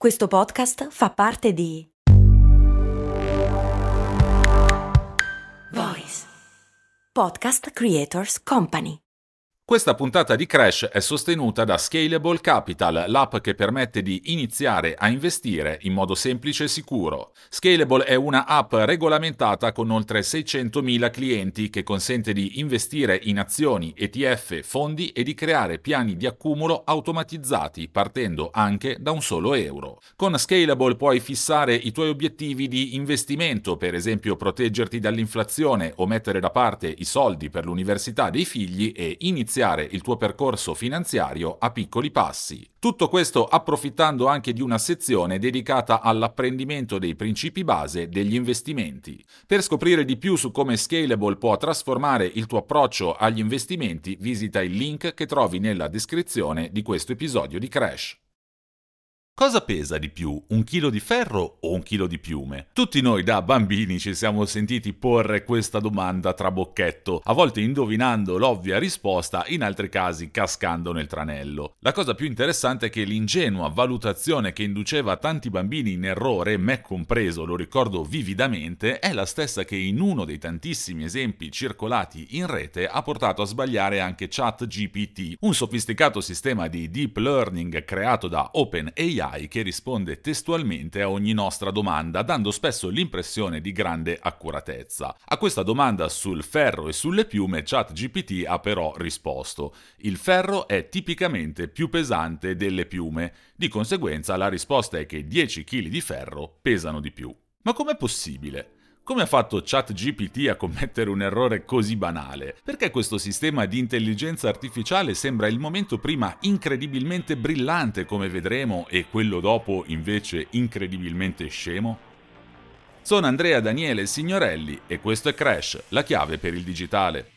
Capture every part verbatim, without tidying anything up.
Questo podcast fa parte di Voice Podcast Creators Company. Questa puntata di Crash è sostenuta da Scalable Capital, l'app che permette di iniziare a investire in modo semplice e sicuro. Scalable è una app regolamentata con oltre seicentomila clienti che consente di investire in azioni, E T F, fondi e di creare piani di accumulo automatizzati partendo anche da un solo euro. Con Scalable puoi fissare i tuoi obiettivi di investimento, per esempio proteggerti dall'inflazione o mettere da parte i soldi per l'università dei figli e iniziare il tuo percorso finanziario a piccoli passi. Tutto questo approfittando anche di una sezione dedicata all'apprendimento dei principi base degli investimenti. Per scoprire di più su come Scalable può trasformare il tuo approccio agli investimenti, visita il link che trovi nella descrizione di questo episodio di Crash. Cosa pesa di più, un chilo di ferro o un chilo di piume? Tutti noi da bambini ci siamo sentiti porre questa domanda trabocchetto, a volte indovinando l'ovvia risposta, in altri casi cascando nel tranello. La cosa più interessante è che l'ingenua valutazione che induceva tanti bambini in errore, me compreso, lo ricordo vividamente, è la stessa che in uno dei tantissimi esempi circolati in rete ha portato a sbagliare anche ChatGPT, un sofisticato sistema di deep learning creato da OpenAI che risponde testualmente a ogni nostra domanda, dando spesso l'impressione di grande accuratezza. A questa domanda sul ferro e sulle piume, ChatGPT ha però risposto: il ferro è tipicamente più pesante delle piume, di conseguenza la risposta è che dieci chili di ferro pesano di più. Ma com'è possibile? Come ha fatto ChatGPT a commettere un errore così banale? Perché questo sistema di intelligenza artificiale sembra il momento prima incredibilmente brillante, come vedremo, e quello dopo invece incredibilmente scemo? Sono Andrea Daniele Signorelli e questo è Crash, la chiave per il digitale.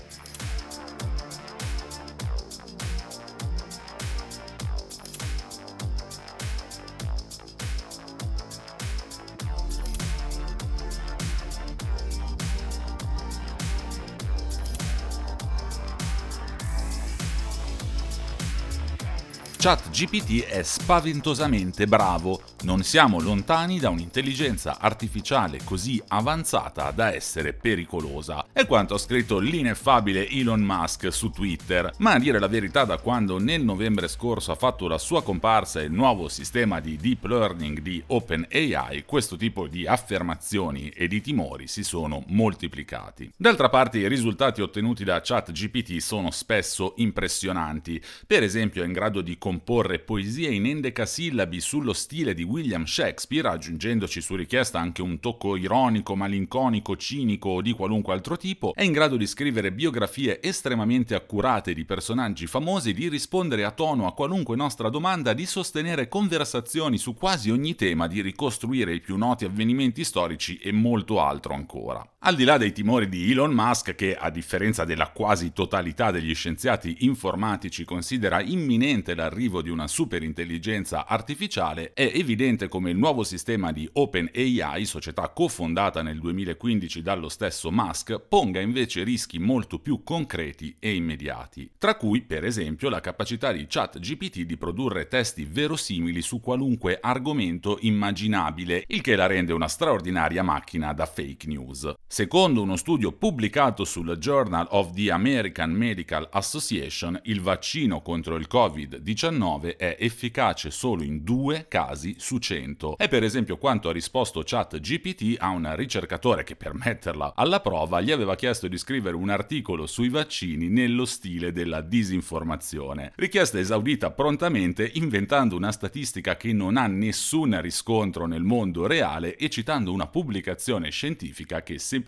ChatGPT è spaventosamente bravo, non siamo lontani da un'intelligenza artificiale così avanzata da essere pericolosa. È quanto ha scritto l'ineffabile Elon Musk su Twitter, ma a dire la verità da quando nel novembre scorso ha fatto la sua comparsa il nuovo sistema di deep learning di OpenAI, questo tipo di affermazioni e di timori si sono moltiplicati. D'altra parte i risultati ottenuti da ChatGPT sono spesso impressionanti, per esempio è in grado di comporre poesie in endecasillabi sullo stile di William Shakespeare, aggiungendoci su richiesta anche un tocco ironico, malinconico, cinico o di qualunque altro tipo, è in grado di scrivere biografie estremamente accurate di personaggi famosi, di rispondere a tono a qualunque nostra domanda, di sostenere conversazioni su quasi ogni tema, di ricostruire i più noti avvenimenti storici e molto altro ancora. Al di là dei timori di Elon Musk, che a differenza della quasi totalità degli scienziati informatici considera imminente l'arrivo di una superintelligenza artificiale, è evidente come il nuovo sistema di OpenAI, società cofondata nel duemilaquindici dallo stesso Musk, ponga invece rischi molto più concreti e immediati, tra cui per esempio la capacità di ChatGPT di produrre testi verosimili su qualunque argomento immaginabile, il che la rende una straordinaria macchina da fake news. Secondo uno studio pubblicato sul Journal of the American Medical Association, il vaccino contro il covid diciannove è efficace solo in due casi su cento. È per esempio quanto ha risposto ChatGPT a un ricercatore che per metterla alla prova gli aveva chiesto di scrivere un articolo sui vaccini nello stile della disinformazione. Richiesta esaudita prontamente, inventando una statistica che non ha nessun riscontro nel mondo reale e citando una pubblicazione scientifica che semplicemente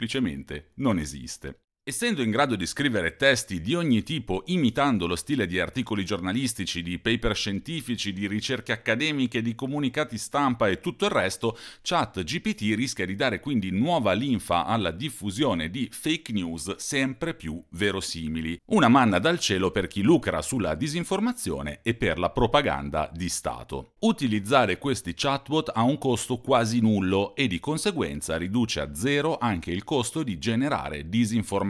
non esiste. Essendo in grado di scrivere testi di ogni tipo imitando lo stile di articoli giornalistici, di paper scientifici, di ricerche accademiche, di comunicati stampa e tutto il resto, ChatGPT rischia di dare quindi nuova linfa alla diffusione di fake news sempre più verosimili. Una manna dal cielo per chi lucra sulla disinformazione e per la propaganda di Stato. Utilizzare questi chatbot ha un costo quasi nullo e di conseguenza riduce a zero anche il costo di generare disinformazione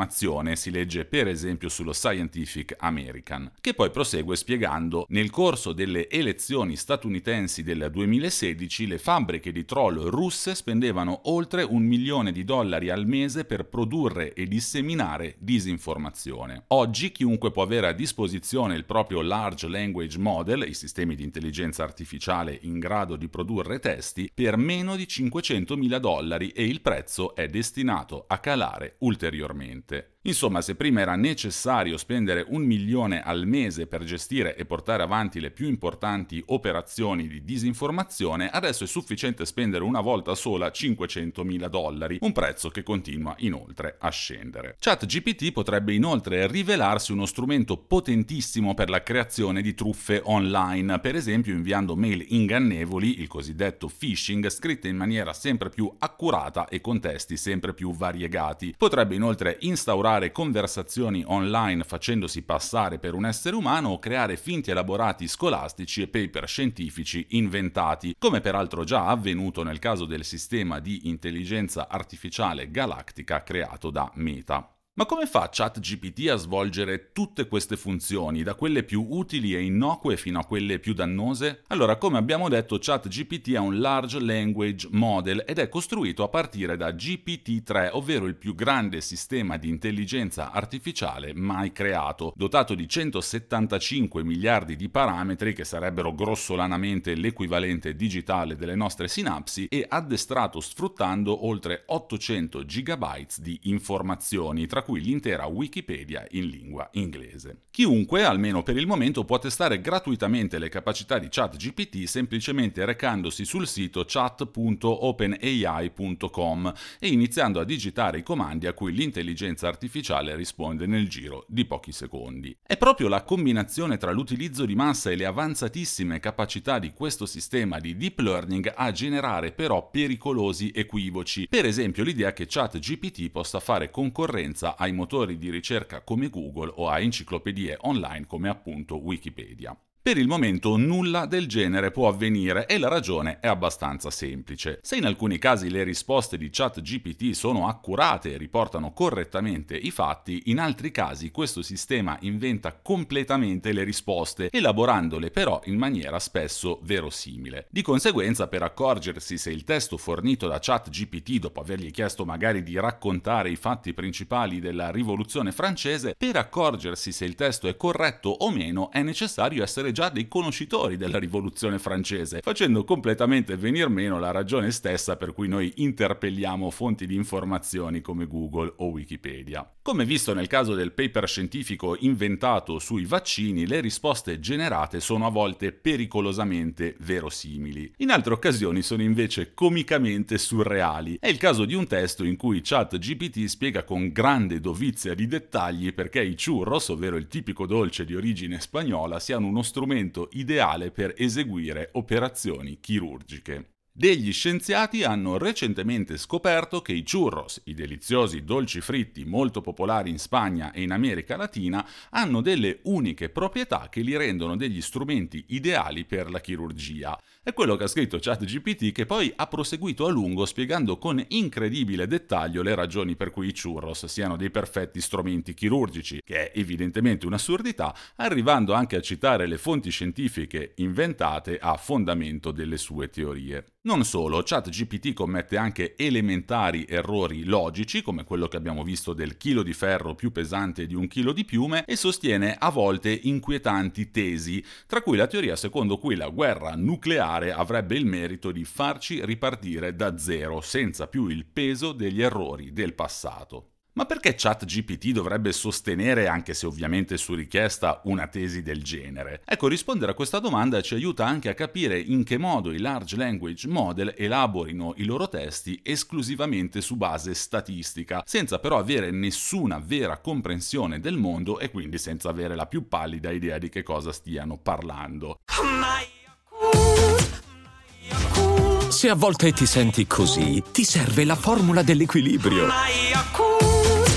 disinformazione, si legge per esempio sullo Scientific American, che poi prosegue spiegando: nel corso delle elezioni statunitensi del duemilasedici le fabbriche di troll russe spendevano oltre un milione di dollari al mese per produrre e disseminare disinformazione. Oggi chiunque può avere a disposizione il proprio Large Language Model, i sistemi di intelligenza artificiale in grado di produrre testi, per meno di cinquecentomila dollari, e il prezzo è destinato a calare ulteriormente. Insomma, se prima era necessario spendere un milione al mese per gestire e portare avanti le più importanti operazioni di disinformazione, adesso è sufficiente spendere una volta sola cinquecentomila dollari, un prezzo che continua inoltre a scendere. ChatGPT potrebbe inoltre rivelarsi uno strumento potentissimo per la creazione di truffe online, per esempio inviando mail ingannevoli, il cosiddetto phishing, scritte in maniera sempre più accurata e con testi sempre più variegati. Potrebbe inoltre instaurare conversazioni online facendosi passare per un essere umano o creare finti elaborati scolastici e paper scientifici inventati, come peraltro già avvenuto nel caso del sistema di intelligenza artificiale galattica creato da Meta. Ma come fa ChatGPT a svolgere tutte queste funzioni, da quelle più utili e innocue fino a quelle più dannose? Allora, come abbiamo detto, ChatGPT ha un Large Language Model ed è costruito a partire da G P T tre, ovvero il più grande sistema di intelligenza artificiale mai creato, dotato di centosettantacinque miliardi di parametri, che sarebbero grossolanamente l'equivalente digitale delle nostre sinapsi, e addestrato sfruttando oltre ottocento gigabytes di informazioni, tra cui l'intera Wikipedia in lingua inglese. Chiunque, almeno per il momento, può testare gratuitamente le capacità di ChatGPT semplicemente recandosi sul sito chat punto openai punto com e iniziando a digitare i comandi a cui l'intelligenza artificiale risponde nel giro di pochi secondi. È proprio la combinazione tra l'utilizzo di massa e le avanzatissime capacità di questo sistema di deep learning a generare però pericolosi equivoci, per esempio l'idea che ChatGPT possa fare concorrenza ai motori di ricerca come Google o a enciclopedie online come appunto Wikipedia. Per il momento nulla del genere può avvenire e la ragione è abbastanza semplice. Se in alcuni casi le risposte di ChatGPT sono accurate e riportano correttamente i fatti, in altri casi questo sistema inventa completamente le risposte, elaborandole però in maniera spesso verosimile. Di conseguenza, per accorgersi se il testo fornito da ChatGPT, dopo avergli chiesto magari di raccontare i fatti principali della Rivoluzione francese, per accorgersi se il testo è corretto o meno è necessario essere già dei conoscitori della Rivoluzione francese, facendo completamente venir meno la ragione stessa per cui noi interpelliamo fonti di informazioni come Google o Wikipedia. Come visto nel caso del paper scientifico inventato sui vaccini, le risposte generate sono a volte pericolosamente verosimili. In altre occasioni sono invece comicamente surreali. È il caso di un testo in cui ChatGPT spiega con grande dovizia di dettagli perché i churros, ovvero il tipico dolce di origine spagnola, siano uno strumento ideale per eseguire operazioni chirurgiche. Degli scienziati hanno recentemente scoperto che i churros, i deliziosi dolci fritti molto popolari in Spagna e in America Latina, hanno delle uniche proprietà che li rendono degli strumenti ideali per la chirurgia. È quello che ha scritto ChatGPT, che poi ha proseguito a lungo spiegando con incredibile dettaglio le ragioni per cui i churros siano dei perfetti strumenti chirurgici, che è evidentemente un'assurdità, arrivando anche a citare le fonti scientifiche inventate a fondamento delle sue teorie. Non solo, ChatGPT commette anche elementari errori logici, come quello che abbiamo visto del chilo di ferro più pesante di un chilo di piume, e sostiene a volte inquietanti tesi, tra cui la teoria secondo cui la guerra nucleare avrebbe il merito di farci ripartire da zero, senza più il peso degli errori del passato. Ma perché ChatGPT dovrebbe sostenere, anche se ovviamente su richiesta, una tesi del genere? Ecco, rispondere a questa domanda ci aiuta anche a capire in che modo i Large Language Model elaborino i loro testi esclusivamente su base statistica, senza però avere nessuna vera comprensione del mondo e quindi senza avere la più pallida idea di che cosa stiano parlando. Se a volte ti senti così, ti serve la formula dell'equilibrio.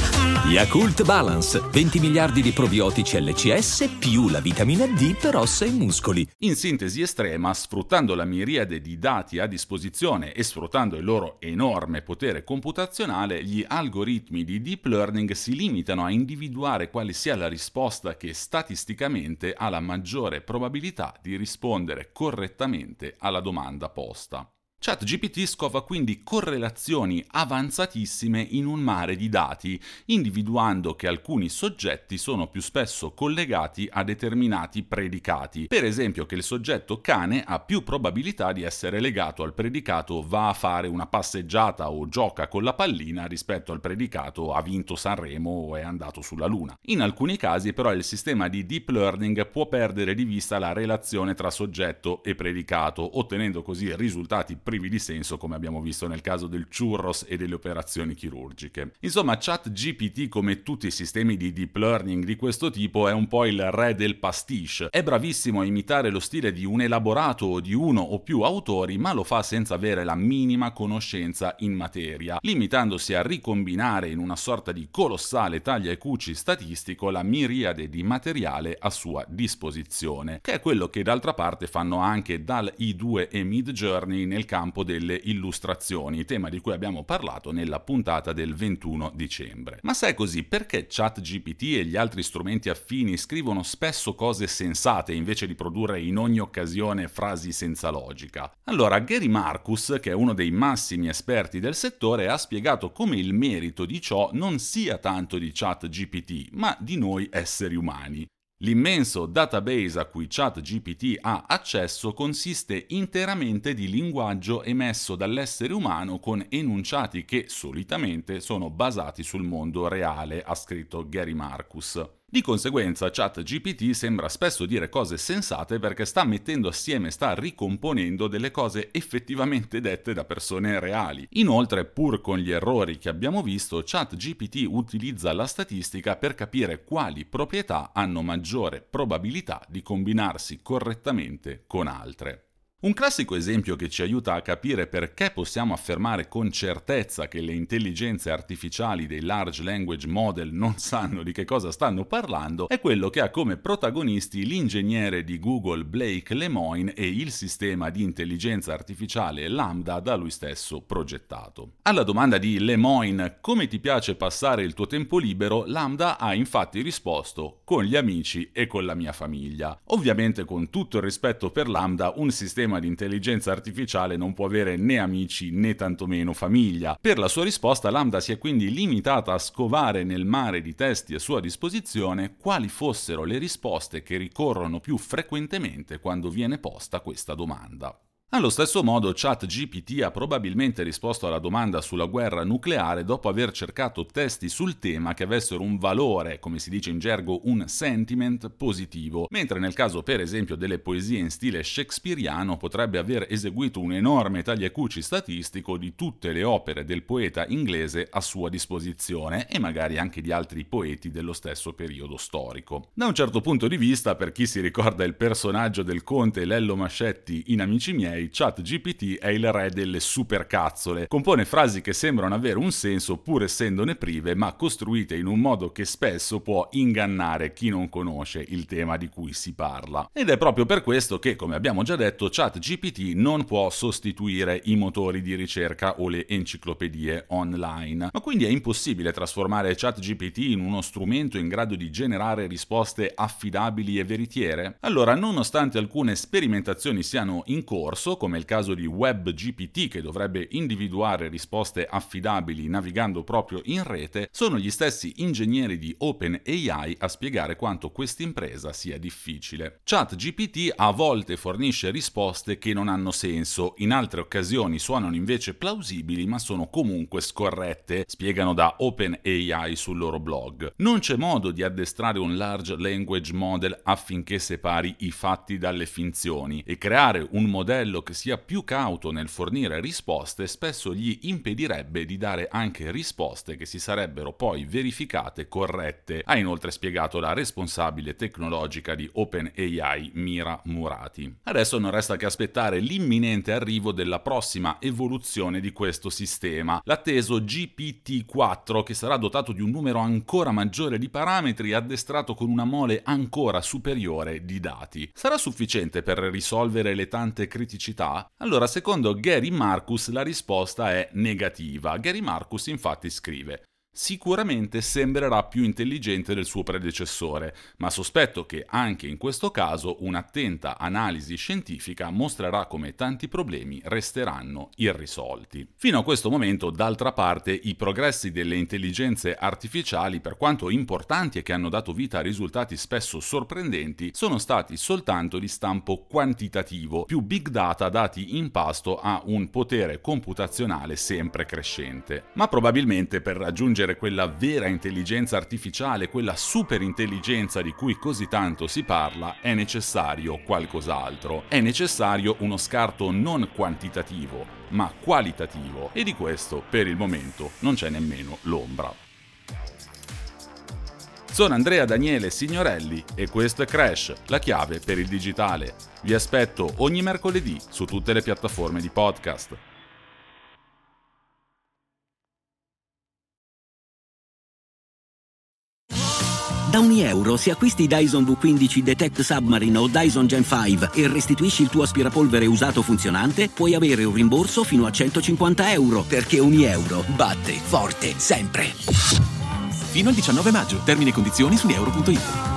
Yakult Balance, venti miliardi di probiotici L C S più la vitamina D per ossa e muscoli. In sintesi estrema, sfruttando la miriade di dati a disposizione e sfruttando il loro enorme potere computazionale, gli algoritmi di deep learning si limitano a individuare quale sia la risposta che statisticamente ha la maggiore probabilità di rispondere correttamente alla domanda posta. ChatGPT scova quindi correlazioni avanzatissime in un mare di dati, individuando che alcuni soggetti sono più spesso collegati a determinati predicati. Per esempio che il soggetto cane ha più probabilità di essere legato al predicato va a fare una passeggiata o gioca con la pallina rispetto al predicato ha vinto Sanremo o è andato sulla Luna. In alcuni casi però il sistema di deep learning può perdere di vista la relazione tra soggetto e predicato, ottenendo così risultati privi di senso, come abbiamo visto nel caso del churros e delle operazioni chirurgiche. Insomma, ChatGPT, come tutti i sistemi di deep learning di questo tipo, è un po' il re del pastiche. È bravissimo a imitare lo stile di un elaborato o di uno o più autori, ma lo fa senza avere la minima conoscenza in materia, limitandosi a ricombinare in una sorta di colossale taglia e cuci statistico la miriade di materiale a sua disposizione, che è quello che d'altra parte fanno anche Dal I due e Midjourney nel campo delle illustrazioni, tema di cui abbiamo parlato nella puntata del ventuno dicembre. Ma se è così, perché ChatGPT e gli altri strumenti affini scrivono spesso cose sensate invece di produrre in ogni occasione frasi senza logica? Allora, Gary Marcus, che è uno dei massimi esperti del settore, ha spiegato come il merito di ciò non sia tanto di ChatGPT, ma di noi esseri umani. L'immenso database a cui ChatGPT ha accesso consiste interamente di linguaggio emesso dall'essere umano con enunciati che solitamente sono basati sul mondo reale, ha scritto Gary Marcus. Di conseguenza ChatGPT sembra spesso dire cose sensate perché sta mettendo assieme, sta ricomponendo delle cose effettivamente dette da persone reali. Inoltre, pur con gli errori che abbiamo visto, ChatGPT utilizza la statistica per capire quali proprietà hanno maggiore probabilità di combinarsi correttamente con altre. Un classico esempio che ci aiuta a capire perché possiamo affermare con certezza che le intelligenze artificiali dei large language model non sanno di che cosa stanno parlando è quello che ha come protagonisti l'ingegnere di Google Blake Lemoine e il sistema di intelligenza artificiale Lambda da lui stesso progettato. Alla domanda di Lemoine "come ti piace passare il tuo tempo libero?", Lambda ha infatti risposto "con gli amici e con la mia famiglia". Ovviamente, con tutto il rispetto per Lambda, un sistema di intelligenza artificiale non può avere né amici né tantomeno famiglia. Per la sua risposta Lambda si è quindi limitata a scovare nel mare di testi a sua disposizione quali fossero le risposte che ricorrono più frequentemente quando viene posta questa domanda. Allo stesso modo ChatGPT ha probabilmente risposto alla domanda sulla guerra nucleare dopo aver cercato testi sul tema che avessero un valore, come si dice in gergo, un sentiment positivo, mentre nel caso per esempio delle poesie in stile shakespeariano potrebbe aver eseguito un enorme taglia e cuci statistico di tutte le opere del poeta inglese a sua disposizione e magari anche di altri poeti dello stesso periodo storico. Da un certo punto di vista, per chi si ricorda il personaggio del conte Lello Mascetti in Amici miei, ChatGPT è il re delle supercazzole. Compone frasi che sembrano avere un senso pur essendone prive, ma costruite in un modo che spesso può ingannare chi non conosce il tema di cui si parla. Ed è proprio per questo che, come abbiamo già detto, ChatGPT non può sostituire i motori di ricerca o le enciclopedie online. Ma quindi è impossibile trasformare ChatGPT in uno strumento in grado di generare risposte affidabili e veritiere? Allora, nonostante alcune sperimentazioni siano in corso, come il caso di WebGPT che dovrebbe individuare risposte affidabili navigando proprio in rete, sono gli stessi ingegneri di OpenAI a spiegare quanto quest'impresa sia difficile. ChatGPT a volte fornisce risposte che non hanno senso, in altre occasioni suonano invece plausibili ma sono comunque scorrette, spiegano da OpenAI sul loro blog. Non c'è modo di addestrare un large language model affinché separi i fatti dalle finzioni e creare un modello modello che sia più cauto nel fornire risposte spesso gli impedirebbe di dare anche risposte che si sarebbero poi verificate corrette, ha inoltre spiegato la responsabile tecnologica di OpenAI Mira Murati. Adesso non resta che aspettare l'imminente arrivo della prossima evoluzione di questo sistema, l'atteso G P T quattro, che sarà dotato di un numero ancora maggiore di parametri addestrato con una mole ancora superiore di dati. Sarà sufficiente per risolvere le tante criticità? Allora, secondo Gary Marcus la risposta è negativa. Gary Marcus infatti scrive: sicuramente sembrerà più intelligente del suo predecessore, ma sospetto che anche in questo caso un'attenta analisi scientifica mostrerà come tanti problemi resteranno irrisolti. Fino a questo momento, d'altra parte, i progressi delle intelligenze artificiali, per quanto importanti e che hanno dato vita a risultati spesso sorprendenti, sono stati soltanto di stampo quantitativo, più big data dati in pasto a un potere computazionale sempre crescente. Ma probabilmente per raggiungere quella vera intelligenza artificiale, quella superintelligenza di cui così tanto si parla, è necessario qualcos'altro. È necessario uno scarto non quantitativo, ma qualitativo, e di questo per il momento non c'è nemmeno l'ombra. Sono Andrea Daniele Signorelli e questo è Crash, la chiave per il digitale. Vi aspetto ogni mercoledì su tutte le piattaforme di podcast. Da ogni euro, se acquisti Dyson V quindici Detect Submarine o Dyson Gen cinque e restituisci il tuo aspirapolvere usato funzionante, puoi avere un rimborso fino a centocinquanta euro, perché ogni euro batte forte sempre. Fino al diciannove maggio. Termini e condizioni su nieuro punto it.